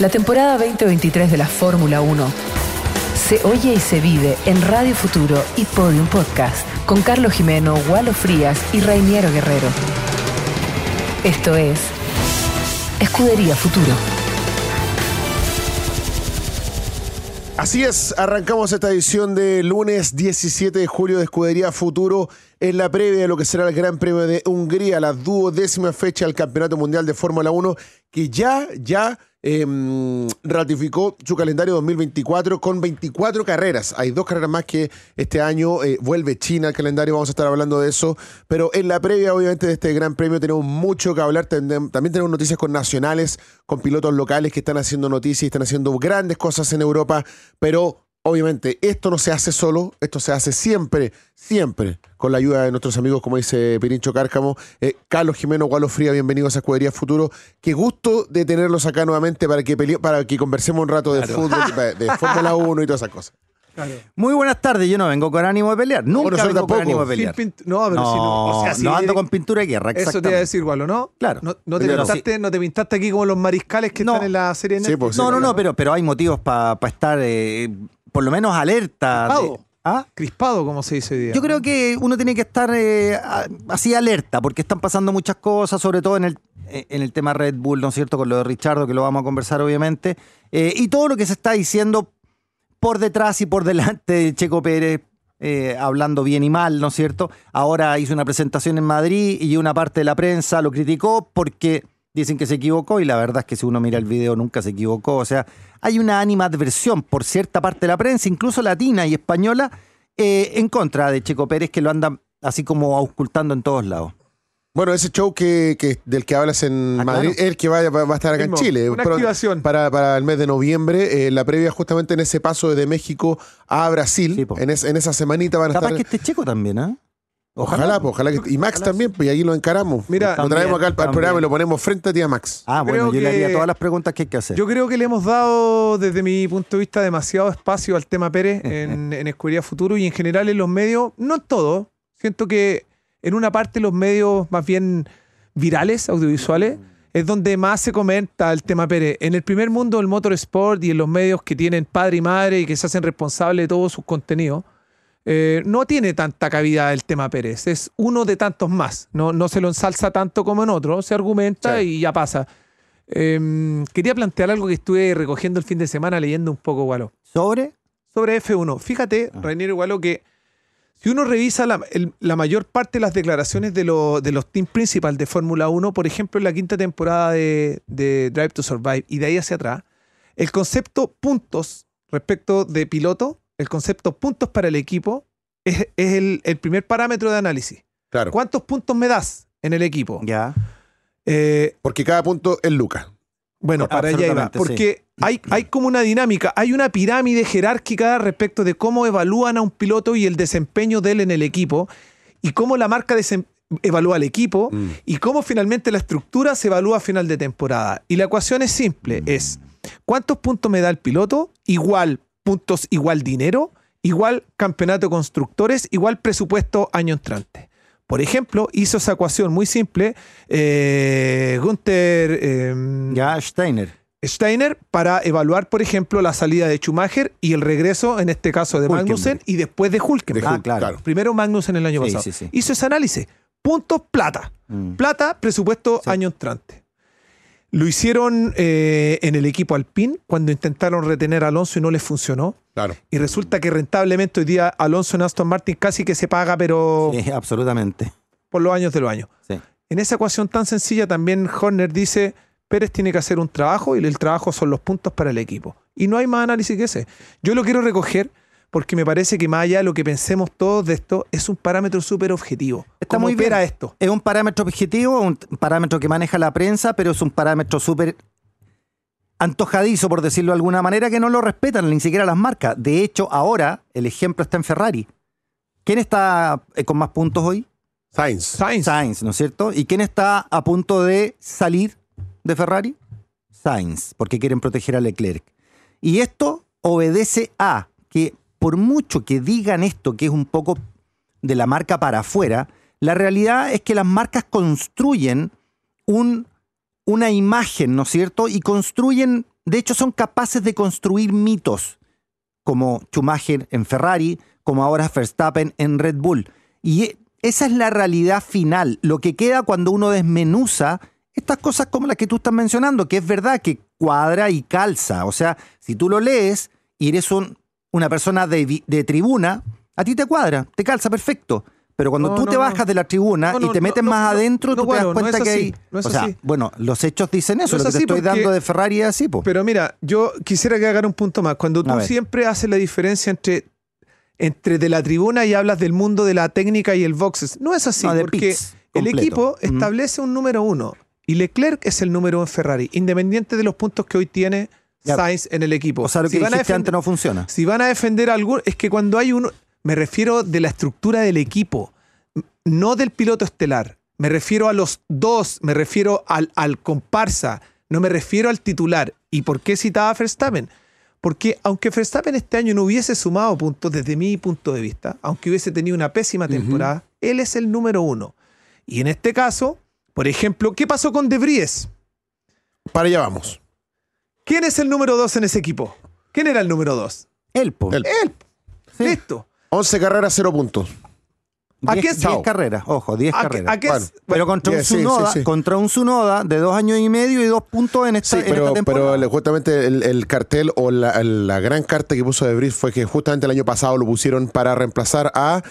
La temporada 2023 de la Fórmula 1 se oye y se vive en Radio Futuro y Podium Podcast con Carlos Jimeno, Walo Frías y Rainiero Guerrero. Esto es Escudería Futuro. Así es, arrancamos esta edición de lunes 17 de julio de Escudería Futuro en la previa de lo que será el Gran Premio de Hungría, la 12ª fecha del Campeonato Mundial de Fórmula 1, que ya ratificó su calendario 2024 con 24 carreras. Hay 2 carreras más que este año vuelve China al calendario, vamos a estar hablando de eso, pero en la previa obviamente de este Gran Premio tenemos mucho que hablar. También tenemos noticias con nacionales, con pilotos locales que están haciendo noticias y están haciendo grandes cosas en Europa, pero obviamente esto no se hace solo, esto se hace siempre con la ayuda de nuestros amigos, como dice Pirincho Cárcamo. Carlos Jimeno, Walo Fría, bienvenidos a Escudería Futuro. Qué gusto de tenerlos acá nuevamente para que conversemos un rato de fútbol, de Fórmula 1 y todas esas cosas. Claro. Muy buenas tardes, yo no vengo con ánimo de pelear, nunca vengo con ánimo de pelear. No ando con pintura de guerra, eso te iba a decir, Walo, ¿no? Claro. No te pintaste aquí como los mariscales que están en la serie de Netflix. Sí, pues, pero hay motivos para estar por lo menos alerta. Crispado, como se dice hoy día. Yo creo que uno tiene que estar así alerta, porque están pasando muchas cosas, sobre todo en el tema Red Bull, ¿no es cierto? Con lo de Richardo, que lo vamos a conversar obviamente, y todo lo que se está diciendo por detrás y por delante de Checo Pérez, hablando bien y mal, ¿no es cierto? Ahora hizo una presentación en Madrid y una parte de la prensa lo criticó porque dicen que se equivocó, y la verdad es que si uno mira el video nunca se equivocó. O sea, hay una animadversión por cierta parte de la prensa, incluso latina y española, en contra de Checo Pérez, que lo anda así como auscultando en todos lados. Bueno, ese show del que hablas en Madrid, claro. El que va a estar acá en Chile. Una activación. Para el mes de noviembre, la previa justamente en ese paso desde México a Brasil. Sí, en esa semanita van a Capaz estar. que esté Checo también, ¿eh? Ojalá que. Y Max también, pues y ahí lo encaramos. Mira, lo traemos acá al también. Programa y lo ponemos frente a ti a Max. Bueno, yo le haría todas las preguntas que hay que hacer. Yo creo que le hemos dado, desde mi punto de vista, demasiado espacio al tema Pérez en Escudería Futuro y en general en los medios, no en todo. Siento que en una parte los medios más bien virales, audiovisuales, es donde más se comenta el tema Pérez. En el primer mundo del motorsport y en los medios que tienen padre y madre y que se hacen responsables de todos sus contenidos, no tiene tanta cabida el tema Pérez. Es uno de tantos más. No se lo ensalza tanto como en otros. Se argumenta y ya pasa. Quería plantear algo que estuve recogiendo el fin de semana leyendo un poco, Walo. ¿Sobre F1. Fíjate, Rainiero, Walo, que si uno revisa la mayor parte de las declaraciones de los team principal de Fórmula 1, por ejemplo, en la 5ª temporada de Drive to Survive y de ahí hacia atrás, el concepto puntos respecto de piloto, el concepto puntos para el equipo, es el primer parámetro de análisis. Claro. ¿Cuántos puntos me das en el equipo? Ya. Porque cada punto es lucas. Bueno, para allá iba. Porque hay como una dinámica, hay una pirámide jerárquica respecto de cómo evalúan a un piloto y el desempeño de él en el equipo, y cómo la marca evalúa al equipo, y cómo finalmente la estructura se evalúa a final de temporada. Y la ecuación es simple, es ¿cuántos puntos me da el piloto? Igual puntos, igual dinero, igual campeonato de constructores, igual presupuesto año entrante. Por ejemplo, hizo esa ecuación muy simple Günther Steiner para evaluar, por ejemplo, la salida de Schumacher y el regreso, en este caso, de Magnussen y después de Hülkenberg. Claro. Primero Magnussen el año pasado. Sí. Hizo ese análisis. Puntos, plata. Plata, presupuesto año entrante. Lo hicieron en el equipo Alpine cuando intentaron retener a Alonso y no les funcionó. Claro. Y resulta que rentablemente hoy día Alonso en Aston Martin casi que se paga, pero Sí, absolutamente. por los años de los años. Sí. En esa ecuación tan sencilla también Horner dice, Pérez tiene que hacer un trabajo y el trabajo son los puntos para el equipo. Y no hay más análisis que ese. Yo lo quiero recoger porque me parece que más allá de lo que pensemos todos de esto, es un parámetro súper objetivo. Está ¿Cómo muy bien. opera esto? Es un parámetro objetivo, un parámetro que maneja la prensa, pero es un parámetro súper antojadizo, por decirlo de alguna manera, que no lo respetan ni siquiera las marcas. De hecho, ahora el ejemplo está en Ferrari. ¿Quién está con más puntos hoy? Sainz, ¿no es cierto? ¿Y quién está a punto de salir de Ferrari? Sainz, porque quieren proteger a Leclerc. Y esto obedece a que, por mucho que digan esto, que es un poco de la marca para afuera, la realidad es que las marcas construyen una imagen, ¿no es cierto? Y construyen de hecho, son capaces de construir mitos, como Schumacher en Ferrari, como ahora Verstappen en Red Bull. Y esa es la realidad final. Lo que queda cuando uno desmenuza estas cosas como las que tú estás mencionando, que es verdad que cuadra y calza. O sea, si tú lo lees y eres una persona de tribuna, a ti te cuadra, te calza perfecto. Pero cuando tú te bajas de la tribuna y te metes más adentro, tú te das cuenta que hay... O sea, bueno, los hechos dicen eso, lo que te estoy dando de Ferrari es así, po. Pero mira, yo quisiera que hagan un punto más. Cuando tú siempre haces la diferencia entre de la tribuna y hablas del mundo de la técnica y el boxes, no es así, porque el equipo establece un número 1 y Leclerc es el número 1 en Ferrari, independiente de los puntos que hoy tiene Sainz en el equipo. O sea, lo que dijiste antes no funciona. Si van a defender algo, es que cuando hay uno... Me refiero de la estructura del equipo, no del piloto estelar. Me refiero a los dos, me refiero al comparsa, no me refiero al titular. ¿Y por qué citaba a Verstappen? Porque aunque Verstappen este año no hubiese sumado puntos desde mi punto de vista, aunque hubiese tenido una pésima temporada, él es el número 1. Y en este caso, por ejemplo, ¿qué pasó con De Vries? Para allá vamos. ¿Quién es el número 2 en ese equipo? ¿Quién era el número 2? Él, po. Él. Sí. Listo. 11 carreras, 0 puntos. 10 carreras, ojo, 10 carreras. Bueno, pero contra un Tsunoda de 2 años y medio y 2 puntos en esta temporada. Pero justamente el cartel o la gran carta que puso De Vries fue que justamente el año pasado lo pusieron para reemplazar a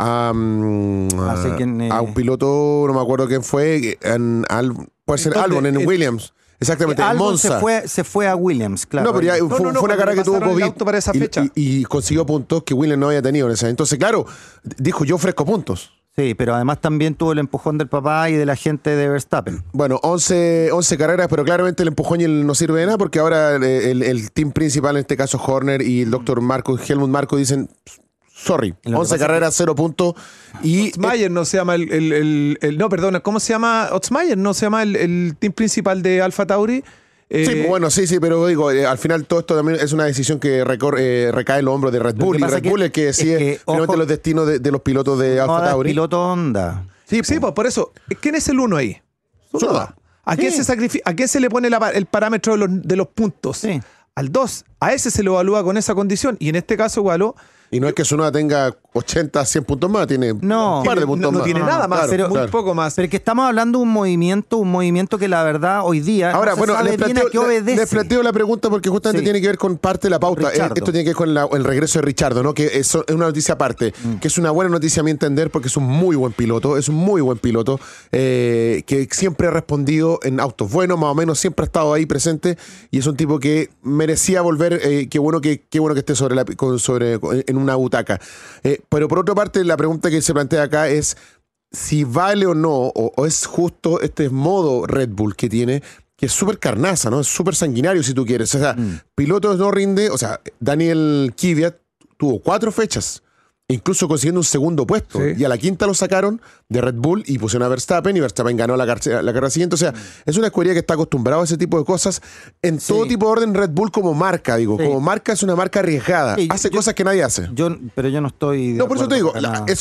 un piloto, no me acuerdo quién fue, puede ser Albon en Williams. Exactamente, Monza. Se fue a Williams, claro. No, pero ya fue una carrera que tuvo COVID para esa fecha. Y consiguió puntos que Williams no había tenido en ese. Entonces, claro, dijo, yo ofrezco puntos. Sí, pero además también tuvo el empujón del papá y de la gente de Verstappen. Bueno, 11 carreras, pero claramente el empujón no sirve de nada porque ahora el team principal, en este caso Horner y el doctor Helmut Marko dicen... Sorry, 11 carreras, 0 puntos. Y Otzmayer no se llama no, perdona, ¿cómo se llama? Otzmayer no se llama el team principal de Alfa Tauri. Sí, bueno, sí, pero digo, al final todo esto también es una decisión que recae en los hombros de Red Bull. Y Red Bull es que decide finalmente los destinos de los pilotos de Alfa Tauri. Piloto Honda. Sí, pues por eso. ¿Quién es el 1 ahí? Tsunoda. ¿A quién se sacrifica? ¿A quién se le pone el parámetro de los puntos? Sí. Al 2. A ese se lo evalúa con esa condición. Y en este caso, Gualo. Y no es que Tsunoda tenga 80, 100 puntos más, tiene un par de puntos más. No tiene nada más, claro, muy poco más. Pero es que estamos hablando de un movimiento que la verdad hoy día ahora, no se sabe bien a qué obedece. Les planteo la pregunta porque justamente tiene que ver con parte de la pauta. Esto tiene que ver con el regreso de Richardo, ¿no? Que es una noticia aparte, que es una buena noticia a mi entender porque es un muy buen piloto, que siempre ha respondido en autos buenos, más o menos siempre ha estado ahí presente y es un tipo que merecía volver, qué bueno que esté en una butaca. Pero por otra parte, la pregunta que se plantea acá es si vale o no, o es justo este modo Red Bull que tiene, que es súper carnaza, ¿no? Es súper sanguinario si tú quieres. O sea, pilotos no rinde. O sea, Daniel Kvyat tuvo 4 fechas, incluso consiguiendo un segundo puesto. Sí. Y a la quinta lo sacaron de Red Bull y pusieron a Verstappen, y Verstappen ganó la carrera siguiente. O sea, es una escudería que está acostumbrada a ese tipo de cosas en todo tipo de orden. Red Bull como marca, como marca es una marca arriesgada. Hace cosas que nadie hace. Pero yo no estoy... No, por eso te digo,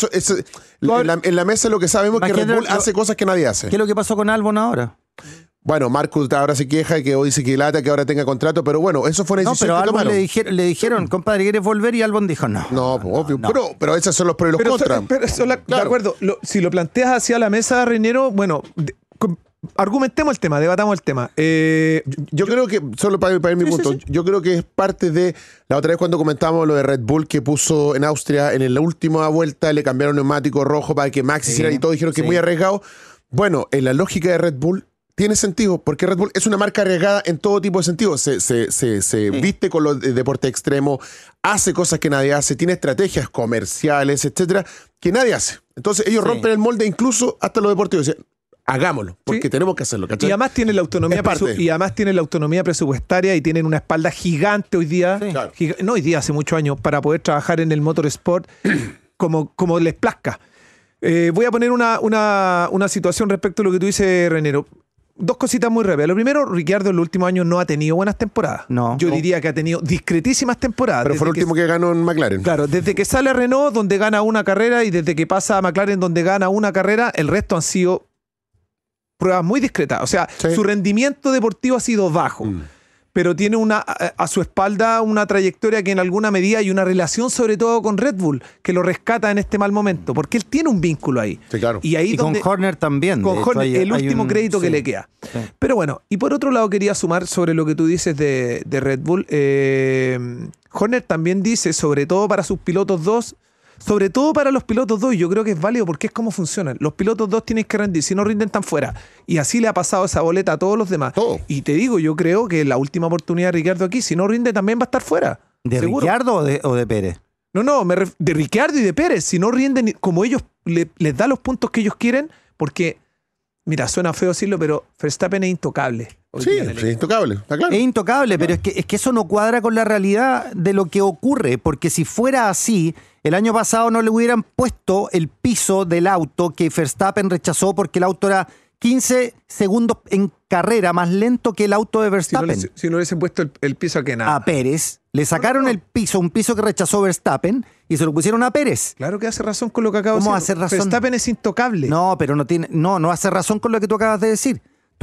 en la mesa lo que sabemos es que Red Bull hace cosas que nadie hace. ¿Qué es lo que pasó con Albon ahora? Bueno, Marcus ahora se queja y que hoy dice que lata, que ahora tenga contrato, pero bueno, eso fue una decisión que tomaron. No, pero Albon le dijeron, compadre, ¿quieres volver? Y Albon dijo no. No, obvio, no. Pero esos son los pros y los contras. Claro. De acuerdo, si lo planteas hacia la mesa, Reñero, bueno, argumentemos el tema, debatamos el tema. Yo creo que, solo para ir mi punto, yo creo que es parte de, la otra vez cuando comentábamos lo de Red Bull que puso en Austria, en la última vuelta le cambiaron neumático rojo para que Max hiciera y todo, dijeron que es muy arriesgado. Bueno, en la lógica de Red Bull, tiene sentido, porque Red Bull es una marca arriesgada en todo tipo de sentido. Se viste con los deportes extremos, hace cosas que nadie hace, tiene estrategias comerciales, etcétera, que nadie hace. Entonces ellos rompen el molde incluso hasta los deportivos. Dicen, hagámoslo, porque tenemos que hacerlo, ¿cachai? Y además tiene la autonomía presupuestaria y tienen una espalda gigante hoy día. Sí. Claro. No hoy día, hace muchos años, para poder trabajar en el motorsport como les plazca. Voy a poner una situación respecto a lo que tú dices, Renero. 2 cositas muy rápidas. Lo primero, Ricciardo en los últimos años no ha tenido buenas temporadas. Yo diría que ha tenido discretísimas temporadas. Pero fue el último que ganó en McLaren. Claro, desde que sale a Renault, donde gana una carrera, y desde que pasa a McLaren, donde gana una carrera, el resto han sido pruebas muy discretas. O sea, su rendimiento deportivo ha sido bajo. pero tiene a su espalda una trayectoria que en alguna medida hay una relación sobre todo con Red Bull, que lo rescata en este mal momento, porque él tiene un vínculo ahí. Sí, claro. Y ahí Y con Horner también. con de hecho, Horner, el último crédito que sí. le queda. Sí. Pero bueno, y por otro lado quería sumar sobre lo que tú dices de Red Bull. Horner también dice, sobre todo para sus pilotos 2, sobre todo para los pilotos 2, y yo creo que es válido porque es como funcionan. Los pilotos 2 tienen que rendir, si no rinden están fuera. Y así le ha pasado esa boleta a todos los demás. Todo. Y te digo, yo creo que la última oportunidad de Ricciardo aquí, si no rinde también va a estar fuera. ¿De seguro. Ricciardo o de Pérez? No, de Ricciardo y de Pérez, si no rinden como ellos les da los puntos que ellos quieren, porque, mira, suena feo decirlo, pero Verstappen es intocable. hoy Sí, día en el sí, intocable, está claro. Es intocable, pero es que eso no cuadra con la realidad de lo que ocurre, porque si fuera así, el año pasado no le hubieran puesto el piso del auto que Verstappen rechazó porque el auto era 15 segundos en carrera más lento que el auto de Verstappen. Si no le hubiesen puesto el piso a que nada. A Pérez, le sacaron el piso, un piso que rechazó Verstappen, y se lo pusieron a Pérez. Claro que hace razón con lo que acabo de ¿Cómo decir. hace razón? Verstappen es intocable. No, pero no hace razón con lo que tú acabas de decir.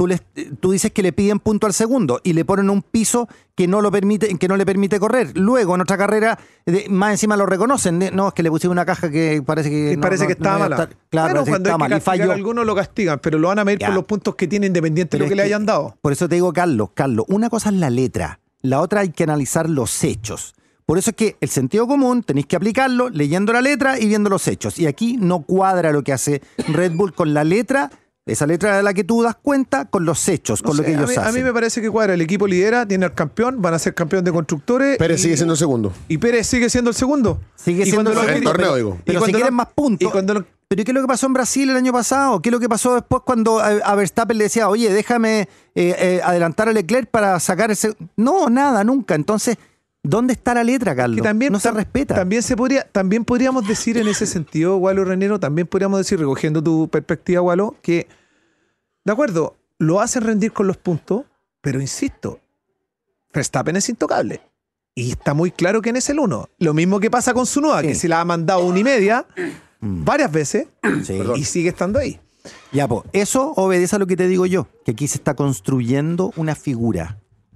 Tú dices que le piden punto al segundo y le ponen un piso que no le permite correr. Luego, en otra carrera, más encima lo reconocen. No, es que le pusieron una caja que parece que estaba iba a mala. estar- Claro, Bueno, parece que cuando hay estaba que mal. Y castigar falló. a algunos lo castigan, pero lo van a medir Ya. por los puntos que tiene independiente de Pero lo que es le hayan dado. Por eso te digo, Carlos, una cosa es la letra, la otra hay que analizar los hechos. Por eso es que el sentido común tenéis que aplicarlo leyendo la letra y viendo los hechos. Y aquí no cuadra lo que hace Red Bull con la letra, esa letra de la que tú das cuenta, con los hechos, con No lo sé, que ellos a hacen. mí me parece que cuadra. El equipo lidera, tiene al campeón, van a ser campeón de constructores. Pérez sigue siendo segundo. Y Pérez sigue siendo el segundo. Sigue Y siendo cuando el lo- En el torneo, digo. Pero si cuando quieren más puntos. Y cuando lo- ¿Pero qué es lo que pasó en Brasil el año pasado? ¿Qué es lo que pasó después cuando a Verstappen le decía, oye, déjame adelantar a Leclerc para sacar ese... No, nada, nunca. Entonces, ¿dónde está la letra, Carlos? que también no se respeta. También podríamos decir en ese sentido, Walo Renero, también podríamos decir, recogiendo tu perspectiva, Walo, que, de acuerdo, lo hacen rendir con los puntos, pero insisto, Verstappen es intocable. Y está muy claro quién es el uno. Lo mismo que pasa con Tsunoda, Sí. que se la ha mandado 1,5 varias veces Sí. y sigue estando ahí. Ya, pues, eso obedece a lo que te digo yo, que aquí se está construyendo una figura.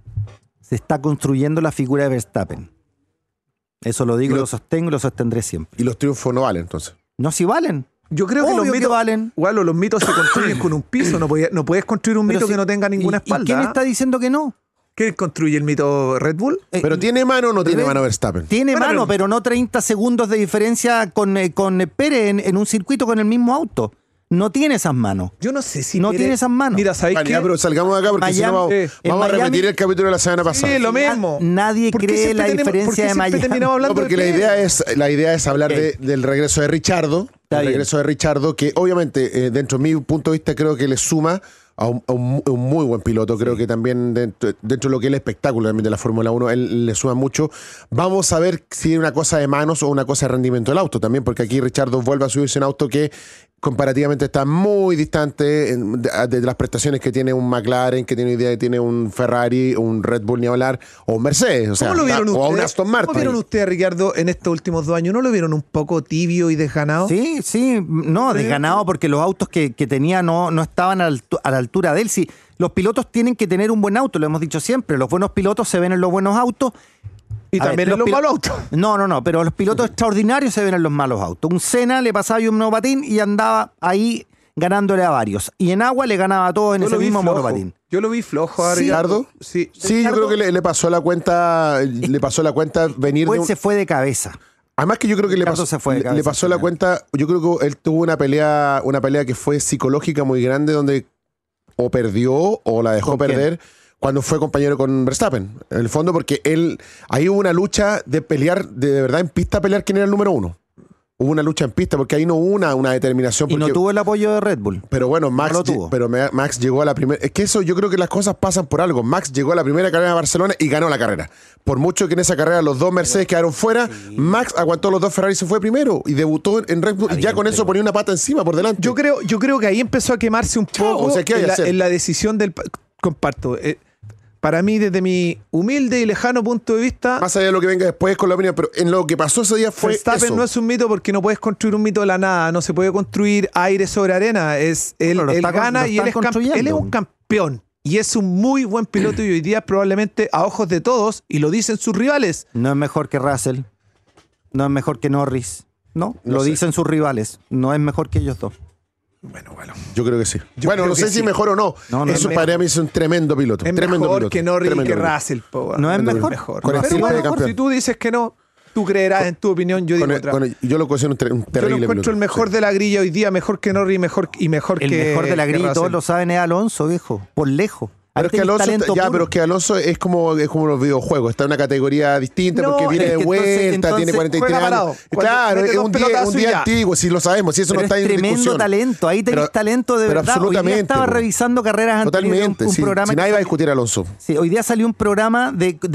Se está construyendo la figura de Verstappen. Eso lo digo, lo sostengo y lo sostendré siempre. Y los triunfos no valen, entonces. No, si valen. Yo creo que Obvio los que mitos valen. Walo, los mitos se construyen con un piso. No puedes construir un Pero mito si- que no tenga ninguna ¿Y espalda. quién está diciendo que no? ¿Quién construye el mito Red Bull? ¿Pero tiene mano o no tiene Red- mano Verstappen? Tiene Bueno, mano, pero no 30 segundos de diferencia con Pérez en un circuito con el mismo auto. No tiene esas manos. Yo no sé si No tiene esas manos. Mira, ¿sabéis Vale, qué? ya, pero salgamos de acá porque si no Miami- vamos, en vamos a Miami- repetir el capítulo de la semana pasada. Sí, lo mismo. Nadie ¿Por qué cree siempre la tenemos- por qué diferencia de siempre Miami. terminamos hablando No, porque de la idea es hablar del regreso de Richardo. Está El bien. regreso de Richardo, que obviamente, dentro de mi punto de vista, creo que le suma a un muy buen piloto. Creo que también dentro de lo que es el espectáculo también de la Fórmula 1, él le suma mucho. Vamos a ver si es una cosa de manos o una cosa de rendimiento del auto también, porque aquí Richardo vuelve a subirse un auto que comparativamente está muy distante de las prestaciones que tiene un McLaren, que tiene idea que tiene un Ferrari, un Red Bull ni hablar, o un Mercedes, o sea, ¿Cómo lo vieron o a un ustedes? Aston ¿Cómo Martin. vieron ustedes, Ricardo, en estos últimos 2 años? ¿No lo vieron un poco tibio y desganado? Sí, no, desganado porque los autos que tenía no estaban a la altura de él. Sí, los pilotos tienen que tener un buen auto, lo hemos dicho siempre. Los buenos pilotos se ven en los buenos autos. Y A también ver, en los pilo- malos autos. No, pero los pilotos extraordinarios se ven en los malos autos. Un Senna le pasaba ahí un monopatín y andaba ahí ganándole a varios. Y en agua le ganaba a todos en Yo ese lo vi mismo flojo. monopatín. Yo lo vi flojo a Sí. Ricardo. Sí. Sí, yo creo que le pasó la cuenta, venir de Pues un, se fue de cabeza. además que yo creo que le Ricardo pasó, se fue de le cabeza pasó al la final. cuenta, yo creo que él tuvo una pelea que fue psicológica muy grande donde o perdió o la dejó ¿Con quién? perder cuando fue compañero con Verstappen. En el fondo porque ahí hubo una lucha de pelear, de verdad en pista pelear quién era el número uno. Hubo una lucha en pista porque ahí no hubo una determinación. Y no porque- tuvo el apoyo de Red Bull. Pero bueno, Max, No lo tuvo. Max llegó a la primera. Es que eso yo creo que las cosas pasan por algo. Max llegó a la primera carrera de Barcelona y ganó la carrera. Por mucho que en esa carrera los dos Mercedes quedaron fuera, Max aguantó los dos Ferrari y se fue primero y debutó en Red Bull y ya con eso ponía una pata encima por delante. Yo creo que ahí empezó a quemarse un poco o sea, ¿qué hay que hacer? en la decisión del... Comparto. Para mí, desde mi humilde y lejano punto de vista, Más allá de lo que venga después con la opinión, pero en lo que pasó ese día fue Verstappen eso. no es un mito porque no puedes construir un mito de la nada. No se puede construir aire sobre arena. Él Bueno, lo él está- gana lo y él están él es un construyendo. campeón. Y es un muy buen piloto y hoy día probablemente a ojos de todos, y lo dicen sus rivales. No es mejor que Russell, no es mejor que Norris, no lo sé. dicen sus rivales, no es mejor que ellos dos. Bueno. Yo creo que sí. Yo Bueno, creo no sé que si sí. mejor o no. No, no Eso es para mí es un tremendo piloto. Es tremendo mejor piloto. que Norris y tremendo que piloto. Russell. Po, No es weón. mejor. Con el Pero simple bueno, campeón. si tú dices que no, tú creerás en tu opinión, yo digo otra. Yo lo considero un Yo terrible lo encuentro piloto. el mejor de la grilla hoy día, mejor que Norris mejor El mejor de la grilla, todos lo saben, es Alonso, viejo, por lejos. Pero Ahí es que tenés Alonso, talento puro. pero es que Alonso es como los videojuegos, está en una categoría distinta No, porque viene es de que vuelta, entonces tiene 43 juega años. parado. Cuando Claro, mete es dos un pelotazos y día ya. antiguo, si lo sabemos, si eso Pero no está es en tremendo discusión. talento, ahí tenés Pero- talento de pero verdad. Hoy día absolutamente, estaba po. revisando carreras anteriores, Totalmente, un sí. programa Si que nadie va a discutir a Alonso. Sí, hoy día salió un programa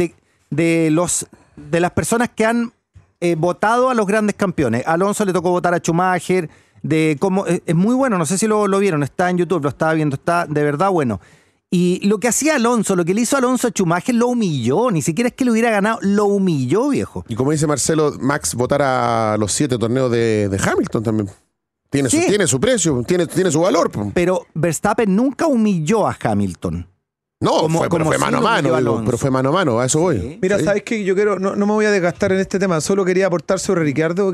de las personas que han votado a los grandes campeones. A Alonso le tocó votar a Schumacher, de cómo es muy bueno, no sé si lo vieron, está en YouTube, lo estaba viendo, está de verdad bueno. Y lo que hacía Alonso, lo que le hizo Alonso a Schumacher lo humilló, ni siquiera es que lo hubiera ganado, lo humilló, viejo. Y como dice Marcelo, Max votará a los 7 torneos de Hamilton también. Tiene, Sí. tiene su precio, tiene su valor. Po. Pero Verstappen nunca humilló a Hamilton. No, Como pero fue sí mano a lo mano, humilló digo, Alonso. pero fue mano a mano, a eso voy. Sí. Mira, Sí. ¿sabes qué? Yo quiero, no me voy a desgastar en este tema, solo quería aportar sobre Ricciardo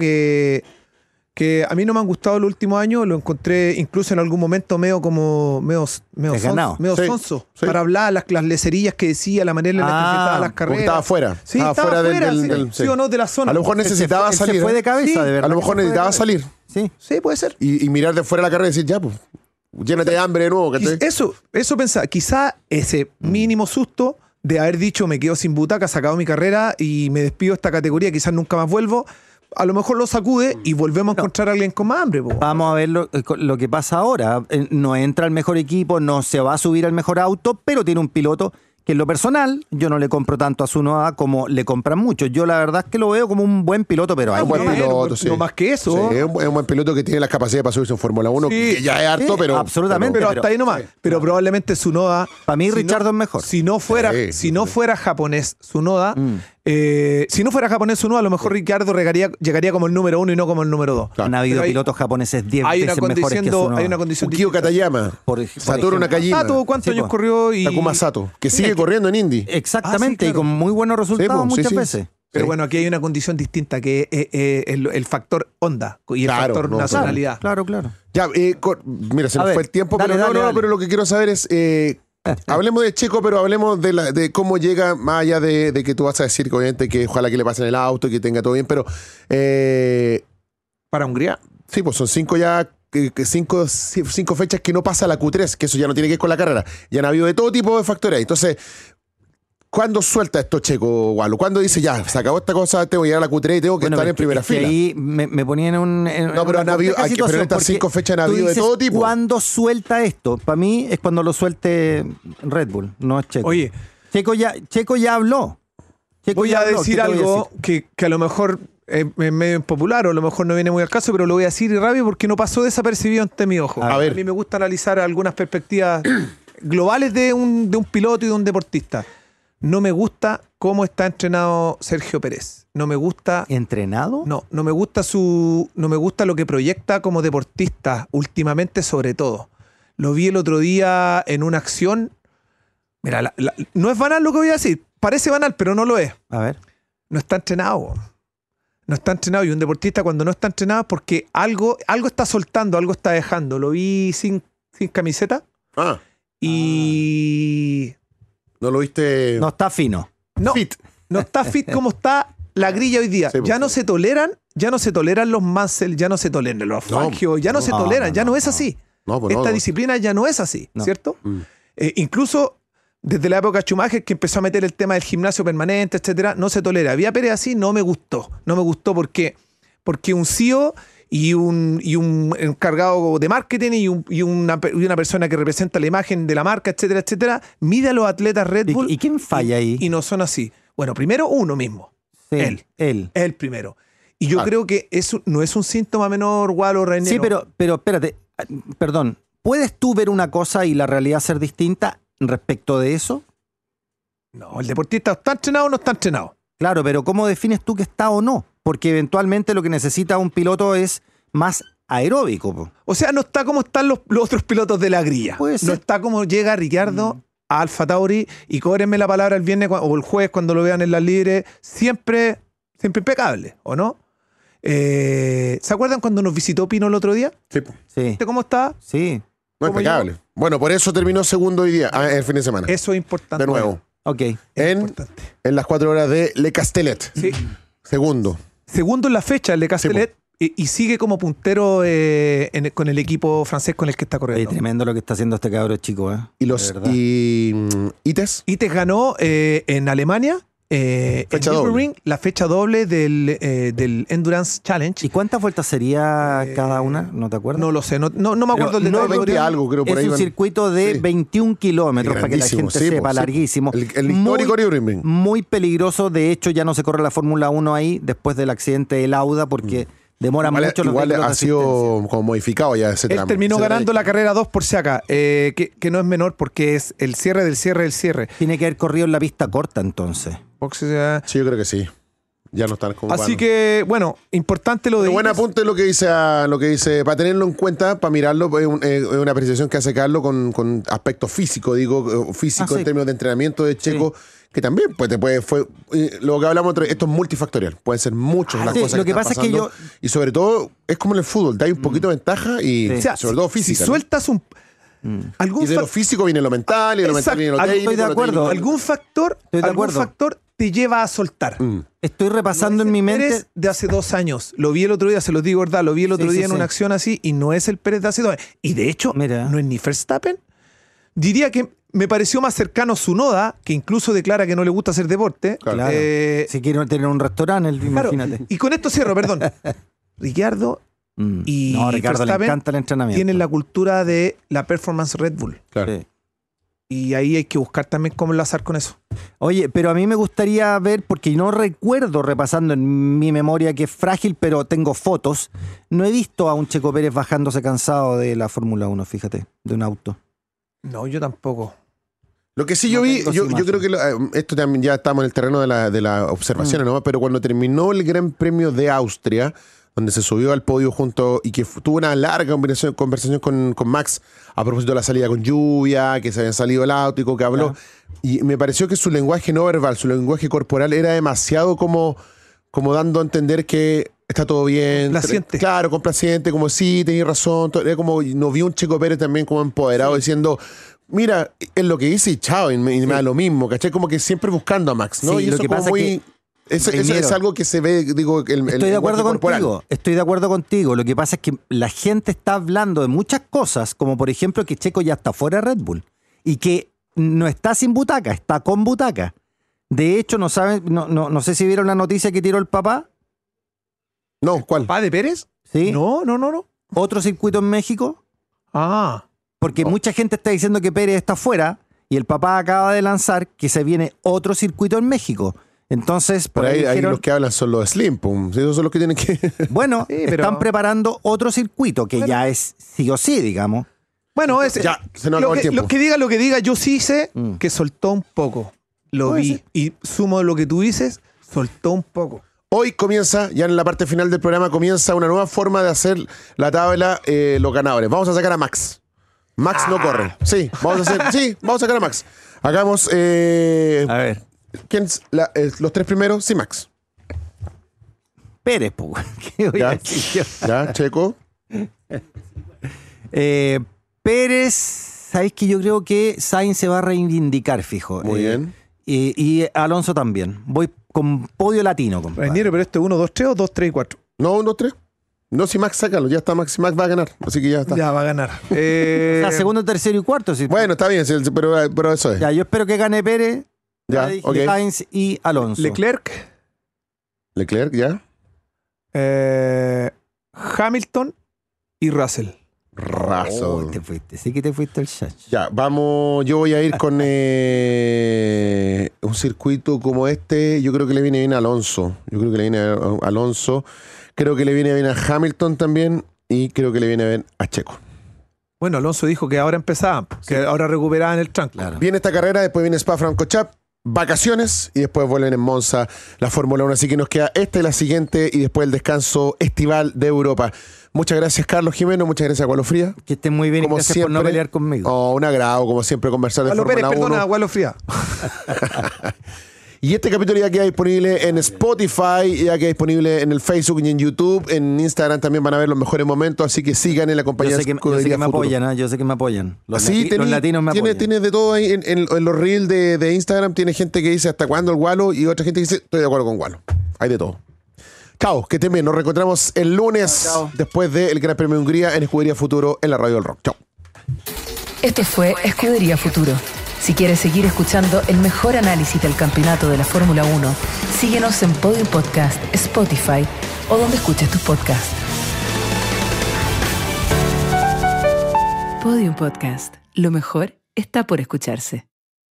que a mí no me han gustado los últimos años, lo encontré incluso en algún momento medio Desganado. Sí, sonso, sí. para hablar las lecerías que decía, la manera en la que enfrentaba las Porque carreras. estaba afuera. Sí, estaba estaba fuera afuera, del- sí, o no, de la zona. A lo mejor necesitaba Él se salir. fue de ¿eh? cabeza, Sí, de verdad. A lo que mejor se fue de necesitaba cabeza. salir. Sí. Sí, puede ser. Y mirar de fuera la carrera y decir, ya, pues, llénate de hambre de nuevo. ¿cachai? Eso pensaba, quizá ese mínimo susto de haber dicho me quedo sin butaca, se acabó mi carrera y me despido de esta categoría, quizás nunca más vuelvo, a lo mejor lo sacude y volvemos a encontrar a alguien con más hambre. Po. Vamos a ver lo que pasa ahora. No entra al mejor equipo, no se va a subir al mejor auto, pero tiene un piloto que en lo personal yo no le compro tanto a Tsunoda como le compran muchos. Yo la verdad es que lo veo como un buen piloto, pero Es ahí un buen no, piloto, sí. no más que eso. Sí, es un buen piloto que tiene las capacidades para subirse en Fórmula 1, Sí. que ya es harto, Sí, pero... absolutamente. Pero hasta ahí nomás. Pero probablemente Tsunoda. Para mí si Richardo es mejor. Si no fuera, Sí. si no fuera japonés Tsunoda, si no fuera japonés Tsunoda, a lo mejor Ricciardo llegaría como el número 1 y no como el número 2. Claro. han habido Pero hay- pilotos japoneses 10 Hay una veces mejores que condición, Tsunoda. hay una condición Ukio Katayama, Por Satoru ejemplo. Nakajima, Sato, ¿cuántos Sí, años po. corrió? Y... Takuma Sato, que sigue corriendo en Indy. Exactamente, Ah, sí, y con muy buenos resultados Sí, po, sí, muchas sí. veces. Pero Sí. bueno, aquí hay una condición distinta que es el factor onda y el Claro, factor no, nacionalidad. Claro. Ya, mira, se A nos ver, fue el tiempo, dale, pero dale, dale. pero lo que quiero saber es, hablemos de Checo, pero hablemos de cómo llega, más allá de que tú vas a decir que obviamente que ojalá que le pasen el auto y que tenga todo bien, pero Para Hungría. sí, pues son 5 ya, cinco fechas que no pasa la Q3, que eso ya no tiene que ver con la carrera. Ya han habido de todo tipo de factores ahí. Entonces, ¿cuándo suelta esto Checo, Gualo? ¿Cuándo dice, ya, se acabó esta cosa, tengo que llegar a la Q3 y tengo que Bueno, estar es en primera es que fila? ahí me ponía en No, pero una han habido- compleja pero en situación, estas porque 5 fechas han tú habido de dices, todo tipo. ¿cuándo suelta esto? Para mí es cuando lo suelte Red Bull, no es Checo. Oye, Checo ya habló. Checo voy ya a habló, decir ¿qué te voy a algo decir? que a lo mejor es medio impopular o a lo mejor no viene muy al caso, pero lo voy a decir y rápido porque no pasó desapercibido ante mi ojo. A ver. mí me gusta analizar algunas perspectivas globales de un piloto y de un deportista. No me gusta cómo está entrenado Sergio Pérez. No me gusta... ¿Entrenado? No me gusta no me gusta lo que proyecta como deportista, últimamente sobre todo. Lo vi el otro día en una acción. Mira, no es banal lo que voy a decir. Parece banal, pero no lo es. A ver. No está entrenado. No está entrenado. Y un deportista cuando no está entrenado es porque algo está soltando, algo está dejando. Lo vi sin camiseta Ah, y... ¿no lo viste No está fino. No, fit? no está fit como está la grilla hoy día. Sí, Ya no se toleran los Mansell, ya no se toleran los No, Fangio, ya no se no, toleran, ya no es no. así. No, pues no, Esta no. disciplina ya no es así, No. ¿cierto? Mm. Incluso desde la época de Schumacher, que empezó a meter el tema del gimnasio permanente, etcétera, no se tolera. Vía Pérez así no me gustó. No me gustó porque un CEO y un encargado de marketing y una persona que representa la imagen de la marca, etcétera, etcétera, mide a los atletas Red Bull. ¿Y quién falla ahí? Y no son así. Bueno, primero uno mismo. Sí, él. Él. Es el primero. Y yo Ah. creo que eso no es un síntoma menor, Gualo, Reynero. Sí, pero espérate. Perdón. ¿Puedes tú ver una cosa y la realidad ser distinta respecto de eso? No, el deportista está entrenado o no está entrenado. Claro, pero ¿cómo defines tú que está o no? Porque eventualmente lo que necesita un piloto es más aeróbico. Po. O sea, no está como están los otros pilotos de la grilla. Puede ser. No está como llega Ricciardo a Alfa Tauri y cóbrenme la palabra el viernes o el jueves cuando lo vean en las libres, siempre impecable, ¿o no? ¿Se acuerdan cuando nos visitó Pino el otro día? Sí. Sí, ¿Cómo estaba? sí. No, ¿Cómo impecable. Bueno, por eso terminó segundo hoy día, el fin de semana. Eso es importante. De nuevo. Ok. En Importante. las 4 horas de Le Castellet. Sí. Segundo. Segundo en la fecha, el de Castellet, y sigue como puntero con el equipo francés con el que está Oye, corriendo. tremendo lo que está haciendo este cabro chico, ¿eh? Y De verdad. ITES. Ites ganó en Alemania, Fecha en doble. Nürburgring, la fecha doble del Endurance Challenge. ¿Y cuántas vueltas sería cada una? ¿No te acuerdas? No lo sé, no me acuerdo el Pero detalle. 20 algo, creo, por Es ahí un van. circuito de Sí. 21 kilómetros, para que la Grandísimo, gente sí, sepa, po, sí. larguísimo. El histórico Nürburgring. Muy peligroso. De hecho, ya no se corre la Fórmula 1 ahí después del accidente del Lauda porque demora mucho los Igual vehículos de ha asistencia. sido como modificado ya ese Él tramo. terminó Ese ganando la trayecto. carrera 2 por Siaka, que no es menor porque es el cierre del cierre del cierre. Tiene que haber corrido en la pista corta entonces. Sí, yo creo que sí. Ya no están como Así que, bueno, importante lo de Pero buen Ites. apunte lo que dice, para tenerlo en cuenta, para mirarlo, es una apreciación que hace Carlos con aspecto físico, físico sí. en términos de entrenamiento de Checo, que también pues, lo que hablamos, esto es multifactorial, pueden ser muchas las sí, cosas lo que están pasa es que pasando, y sobre todo, es como en el fútbol, da un poquito de ventaja y Sí. O sea, sobre todo si física. ¿no? sueltas algún Y de lo físico viene lo mental, y de lo mental Exacto. viene lo Estoy de técnico. lo acuerdo. técnico- algún factor, Estoy de acuerdo. factor te lleva a soltar. Estoy repasando en mi mente. Pérez de hace 2 años. Lo vi el otro día, se los digo, ¿verdad? Lo vi el otro Sí, día sí, en una sí. acción así y no es el Pérez de hace 2 años. Y de hecho, Mira. no es ni Verstappen. Diría que me pareció más cercano Tsunoda, que incluso declara que no le gusta hacer deporte. Claro. Si quiero tener un restaurante, Claro. imagínate. Y con esto cierro, perdón. Ricciardo y No, a Ricardo le Verstappen encanta el entrenamiento. tienen la cultura de la performance Red Bull. Claro. Sí. Y ahí hay que buscar también cómo enlazar con eso. Oye, pero a mí me gustaría ver, porque no recuerdo repasando en mi memoria que es frágil, pero tengo fotos. No he visto a un Checo Pérez bajándose cansado de la Fórmula 1, fíjate, de un auto. No, yo tampoco. Lo que sí No yo vi, tengo yo esa creo que esto también ya estamos en el terreno de las observaciones, ¿no? Pero cuando terminó el Gran Premio de Austria, donde se subió al podio junto y que tuvo una larga conversación con Max a propósito de la salida con lluvia, que se habían salido el auto y que habló. Y me pareció que su lenguaje no verbal, su lenguaje corporal era demasiado como dando a entender que está todo bien. Complaciente. Claro, complaciente, como sí, tenías razón. Era como, no vi un Checo Pérez también como empoderado diciendo, mira, es lo que hice y chao, y me da lo mismo, ¿cachai? Como que siempre buscando a Max, ¿no? Sí, y lo eso que como pasa muy... es que, Eso Reiniero, es algo que se ve, digo, Estoy de acuerdo contigo, estoy de acuerdo contigo. Lo que pasa es que la gente está hablando de muchas cosas, como por ejemplo que Checo ya está fuera de Red Bull y que no está sin butaca, está con butaca. De hecho, no sé si vieron la noticia que tiró el papá. No, ¿cuál? ¿Pa de Pérez? ¿Sí? No. Otro circuito en México, Ah, porque mucha gente está diciendo que Pérez está fuera y el papá acaba de lanzar que se viene otro circuito en México. Entonces, por Por ahí dijeron, los que hablan son los Slim, pum. Esos son los que tienen que... bueno, Sí, pero- están preparando otro circuito que ya es sí o sí, digamos. bueno, Ya, se nos acabó el tiempo. lo que diga, yo sí sé que soltó un poco. Lo Puede vi. ser. Y sumo lo que tú dices, soltó un poco. Hoy comienza, ya en la parte final del programa, comienza una nueva forma de hacer la tabla, los ganadores. Vamos a sacar a Max. Max no corre. Sí, vamos a sacar a Max. Hagamos... A ver, los 3 primeros, sí, Max. Pérez, pues. ¿Qué voy a Ya, decir yo? ya, Checo. Pérez, sabéis que yo creo que Sainz se va a reivindicar, fijo. Muy bien. Y Alonso también. Voy con podio latino, compadre. Raniero, pero este 1, 2, 3 o 2, 3 y 4. No, 1, 2, 3. No, si Max, sácalo. Ya está Max. Si Max va a ganar. Así que ya está. Ya va a ganar. O sea, segundo, tercero y cuarto. Sí. Bueno, está bien, sí, pero eso es. Ya, yo espero que gane Pérez, Ya, dije, ok. Sainz y Alonso. Leclerc, Leclerc, ya. Hamilton y Russell. Razo. Oh, te fuiste, sí que te fuiste el shach. Ya, vamos. Yo voy a ir con un circuito como este. Yo creo que le viene bien a Alonso. Yo creo que le viene a Alonso. Creo que le viene bien a Hamilton también. Y creo que le viene bien a Checo. Bueno, Alonso dijo que ahora empezaban, que ahora recuperaban el tranco. Claro. Viene esta carrera, después viene Spa-Francorchamps. vacaciones y después vuelven en Monza la Fórmula 1. Así que nos queda esta y la siguiente y después el descanso estival de Europa. Muchas gracias, Carlos Jimeno. Muchas gracias, Gualo Fría. Que estén muy bien Como y gracias siempre, por no pelear conmigo. Oh, un agrado, como siempre, conversar de Gualo Fórmula Pérez, 1. perdona, Gualo Fría. Y este capítulo ya queda disponible en Spotify, ya queda disponible en el Facebook y en YouTube. En Instagram también van a ver los mejores momentos, así que sigan en la compañía. Yo sé que me apoyan, ¿eh? Yo sé que me apoyan. Los latinos me apoyan. Tienes de todo ahí en los reels de Instagram. Tiene gente que dice hasta cuándo el Gualo y otra gente que dice estoy de acuerdo con Gualo. Hay de todo. Chao, que estén bien. Nos reencontramos el lunes Chao. después del Gran Premio de Hungría en Escudería Futuro en la Radio del Rock. Chao. Esto fue Escudería Futuro. Si quieres seguir escuchando el mejor análisis del campeonato de la Fórmula 1, síguenos en Podium Podcast, Spotify o donde escuches tus podcasts. Podium Podcast. Lo mejor está por escucharse.